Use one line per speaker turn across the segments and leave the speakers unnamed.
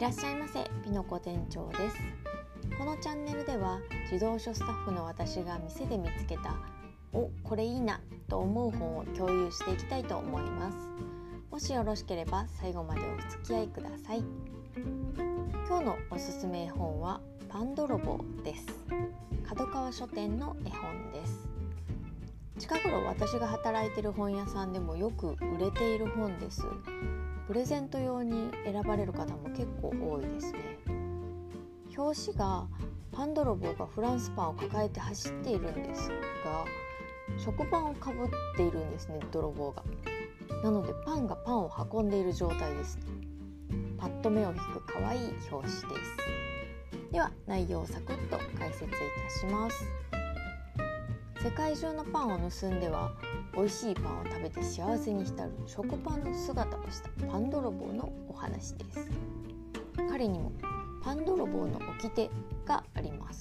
らっしゃいませ、ピノコ店長です。このチャンネルでは児童書スタッフの私が店で見つけたこれいいなと思う本を共有していきたいと思います。もしよろしければ最後までお付き合いください。今日のおすすめ絵本はパンどろぼうです。角川書店の絵本です。近頃私が働いている本屋さんでもよく売れている本です。プレゼント用に選ばれる方も結構多いですね。表紙がパンどろぼうがフランスパンを抱えて走っているんですが、食パンをかぶっているんですね、泥棒が。なのでパンがパンを運んでいる状態です。パッと目を引く可愛い表紙です。では内容をサクッと解説いたします。世界中のパンを盗んでは美味しいパンを食べて幸せに浸る食パンの姿をしたパンどろぼうのお話です。彼にもパンどろぼうの掟があります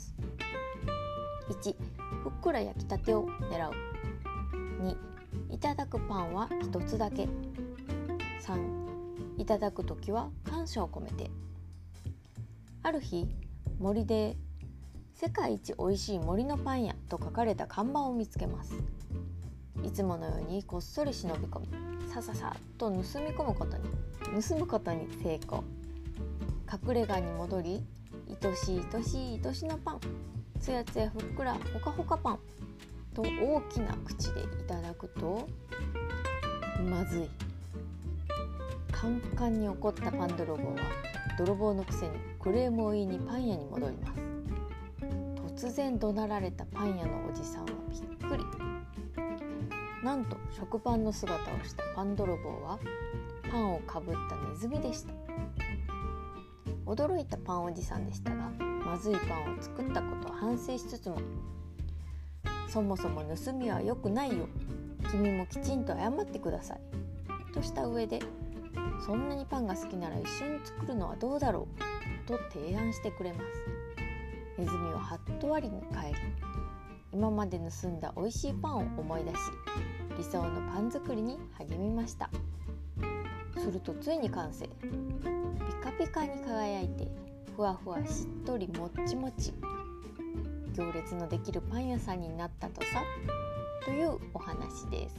。1、ふっくら焼きたてを狙う。2、いただくパンは一つだけ。3、いただくときは感謝を込めて。ある日、森で世界一おいしい森のパン屋と書かれた看板を見つけます。いつものようにこっそり忍び込み、さささっと盗むことに成功。隠れ家に戻り、愛しい愛しい愛しのパン、つやつやふっくらほかほかパンと大きな口でいただくと、まずい。カンカンに怒ったパンどろぼうは泥棒のくせにクレームを言いにパン屋に戻ります。突然怒鳴られたパン屋のおじさんはびっくり。なんと食パンの姿をしたパンどろぼうはパンをかぶったネズミでした。驚いたパンおじさんでしたが、まずいパンを作ったことを反省しつつも、そもそも盗みは良くないよ、君もきちんと謝ってくださいとした上で、そんなにパンが好きなら一緒に作るのはどうだろうと提案してくれます。ネズミははっと我に返り、今まで盗んだ美味しいパンを思い出し、理想のパン作りに励みました。するとついに完成。ピカピカに輝いて、ふわふわしっとりもっちもち。行列のできるパン屋さんになったとさ、というお話です。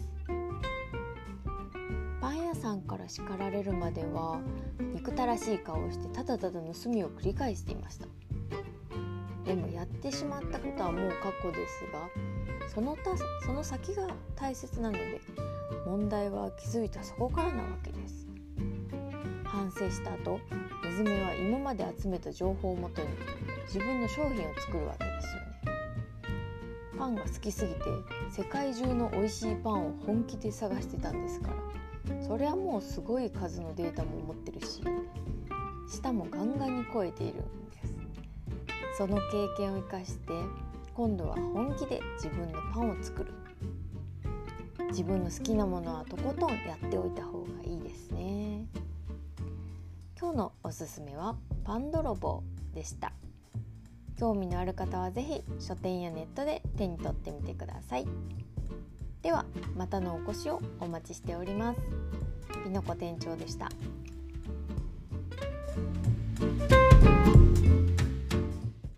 パン屋さんから叱られるまでは憎たらしい顔をしてただただ盗みを繰り返していました。でもやってしまったことはもう過去ですが、その先が大切なので、問題は気づいたそこからなわけです。反省した後、ネズミは今まで集めた情報をもとに自分の商品を作るわけですよね。パンが好きすぎて世界中の美味しいパンを本気で探してたんですから、それはもうすごい数のデータも持ってるし、舌もガンガンに超えているんです。その経験を生かして今度は本気で自分のパンを作る。自分の好きなものはとことんやっておいた方がいいですね。今日のおすすめはパンどろぼうでした。興味のある方はぜひ書店やネットで手に取ってみてください。ではまたのお越しをお待ちしております。ピノコ店長でした。